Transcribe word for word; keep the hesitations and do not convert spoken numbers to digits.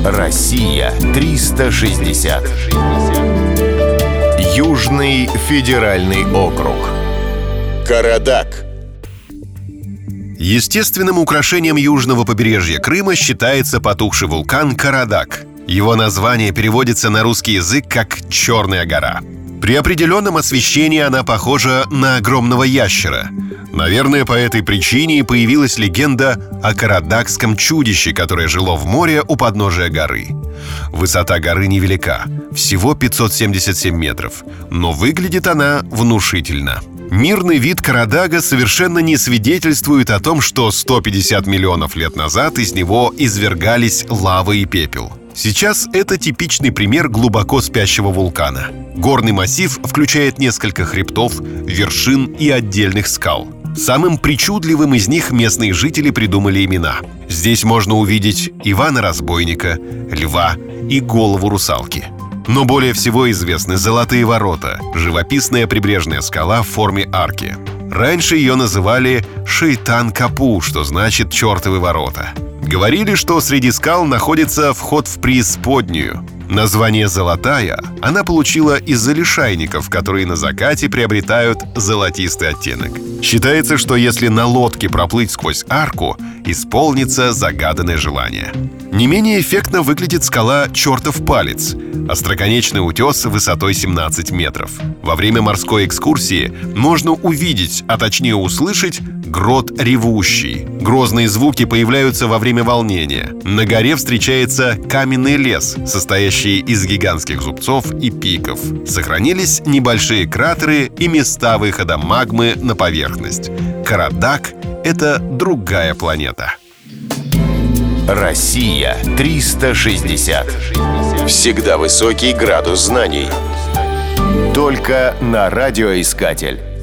Россия триста шестьдесят. Южный федеральный округ. Карадак. Естественным украшением южного побережья Крыма считается потухший вулкан Карадак. Его название переводится на русский язык как «Черная гора». При определенном освещении она похожа на огромного ящера. Наверное, по этой причине и появилась легенда о карадакском чудище, которое жило в море у подножия горы. Высота горы невелика, всего пятьсот семьдесят семь метров, но выглядит она внушительно. Мирный вид Карадага совершенно не свидетельствует о том, что сто пятьдесят миллионов лет назад из него извергались лава и пепел. Сейчас это типичный пример глубоко спящего вулкана. Горный массив включает несколько хребтов, вершин и отдельных скал. Самым причудливым из них местные жители придумали имена. Здесь можно увидеть Ивана-разбойника, льва и голову русалки. Но более всего известны Золотые ворота — живописная прибрежная скала в форме арки. Раньше ее называли Шейтан-Капу, что значит «чертовы ворота». Говорили, что среди скал находится вход в преисподнюю. Название «Золотая» она получила из-за лишайников, которые на закате приобретают золотистый оттенок. Считается, что если на лодке проплыть сквозь арку, исполнится загаданное желание. Не менее эффектно выглядит скала «Чертов палец» — остроконечный утес высотой семнадцать метров. Во время морской экскурсии можно увидеть, а точнее услышать, грот ревущий. Грозные звуки появляются во время волнения. На горе встречается каменный лес, состоящий из гигантских зубцов и пиков. Сохранились небольшие кратеры и места выхода магмы на поверхность. Карадак — это другая планета. Россия триста шестьдесят. Всегда высокий градус знаний. Только на радиоискатель.